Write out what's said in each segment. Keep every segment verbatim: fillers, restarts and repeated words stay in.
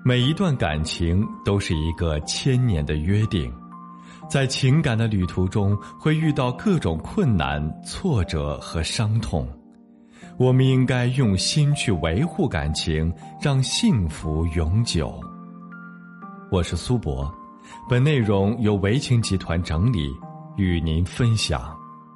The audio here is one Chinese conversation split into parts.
每一段感情都是一个千年的约定，在情感的旅途中会遇到各种困难、挫折和伤痛。我们应该用心去维护感情，让幸福永久。我是苏博，本内容由维情集团整理，与您分享。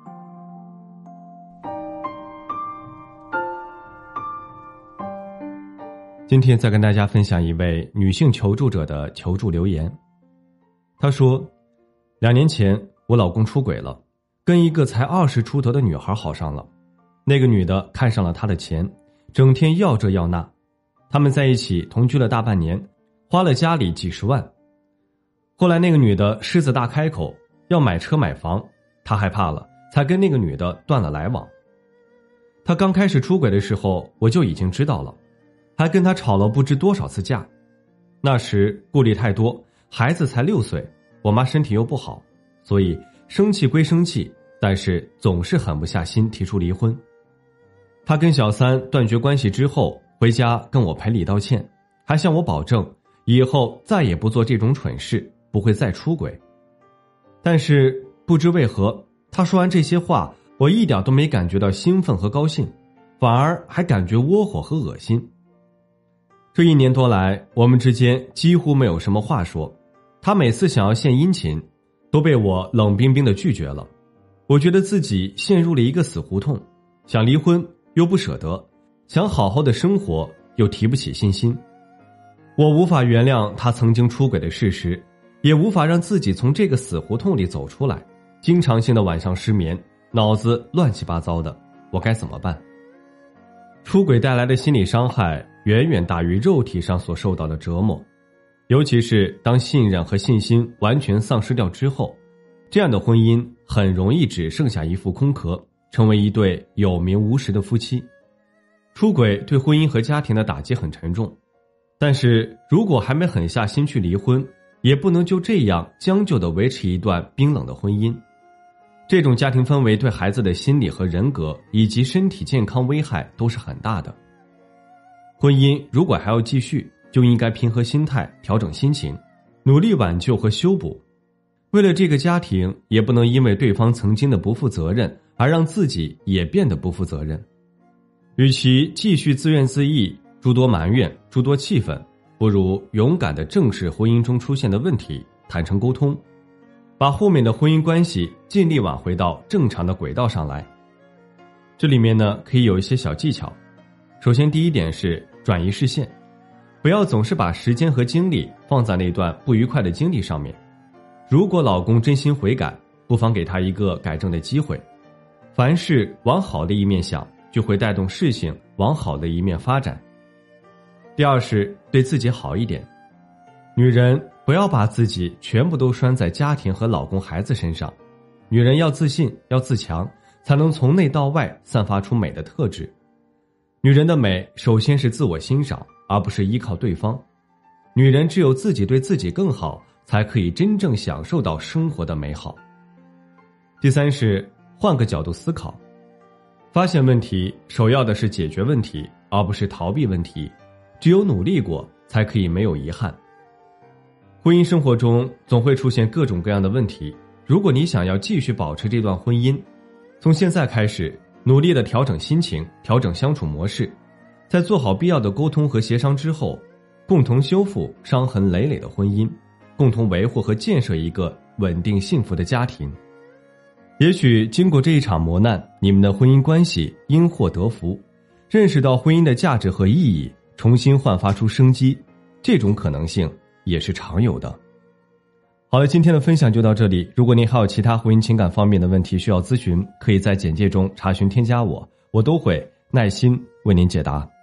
今天再跟大家分享一位女性求助者的求助留言。她说，两年前我老公出轨了，跟一个才二十出头的女孩好上了。那个女的看上了他的钱，整天要这要那。他们在一起同居了大半年，花了家里几十万。后来那个女的狮子大开口，要买车买房，他害怕了，才跟那个女的断了来往。他刚开始出轨的时候，我就已经知道了，还跟他吵了不知多少次架。那时顾虑太多，孩子才六岁，我妈身体又不好，所以生气归生气，但是总是狠不下心提出离婚。他跟小三断绝关系之后，回家跟我赔礼道歉，还向我保证以后再也不做这种蠢事，不会再出轨。但是不知为何，他说完这些话，我一点都没感觉到兴奋和高兴，反而还感觉窝火和恶心。这一年多来，我们之间几乎没有什么话说，他每次想要献殷勤，都被我冷冰冰地拒绝了。我觉得自己陷入了一个死胡同，想离婚又不舍得，想好好的生活又提不起信心。我无法原谅他曾经出轨的事实，也无法让自己从这个死胡同里走出来，经常性的晚上失眠，脑子乱七八糟的，我该怎么办？出轨带来的心理伤害远远大于肉体上所受到的折磨，尤其是当信任和信心完全丧失掉之后，这样的婚姻很容易只剩下一副空壳，成为一对有名无实的夫妻。出轨对婚姻和家庭的打击很沉重，但是如果还没狠下心去离婚，也不能就这样将就地维持一段冰冷的婚姻。这种家庭氛围对孩子的心理和人格以及身体健康危害都是很大的。婚姻如果还要继续，就应该平和心态，调整心情，努力挽救和修补。为了这个家庭，也不能因为对方曾经的不负责任而让自己也变得不负责任。与其继续自怨自艾，诸多埋怨，诸多气愤，不如勇敢地正视婚姻中出现的问题，坦诚沟通，把后面的婚姻关系尽力挽回到正常的轨道上来。这里面呢，可以有一些小技巧。首先第一点是转移视线，不要总是把时间和精力放在那段不愉快的经历上面。如果老公真心悔改，不妨给他一个改正的机会。凡事往好的一面想，就会带动事情往好的一面发展。第二是对自己好一点，女人不要把自己全部都拴在家庭和老公孩子身上，女人要自信，要自强，才能从内到外散发出美的特质。女人的美首先是自我欣赏，而不是依靠对方。女人只有自己对自己更好，才可以真正享受到生活的美好。第三是换个角度思考，发现问题首要的是解决问题，而不是逃避问题。只有努力过，才可以没有遗憾。婚姻生活中总会出现各种各样的问题，如果你想要继续保持这段婚姻，从现在开始努力地调整心情，调整相处模式，在做好必要的沟通和协商之后，共同修复伤痕累累的婚姻，共同维护和建设一个稳定幸福的家庭。也许经过这一场磨难，你们的婚姻关系因祸得福，认识到婚姻的价值和意义，重新焕发出生机，这种可能性也是常有的。好了，今天的分享就到这里。如果您还有其他婚姻情感方面的问题需要咨询，可以在简介中查询添加我，我都会耐心为您解答。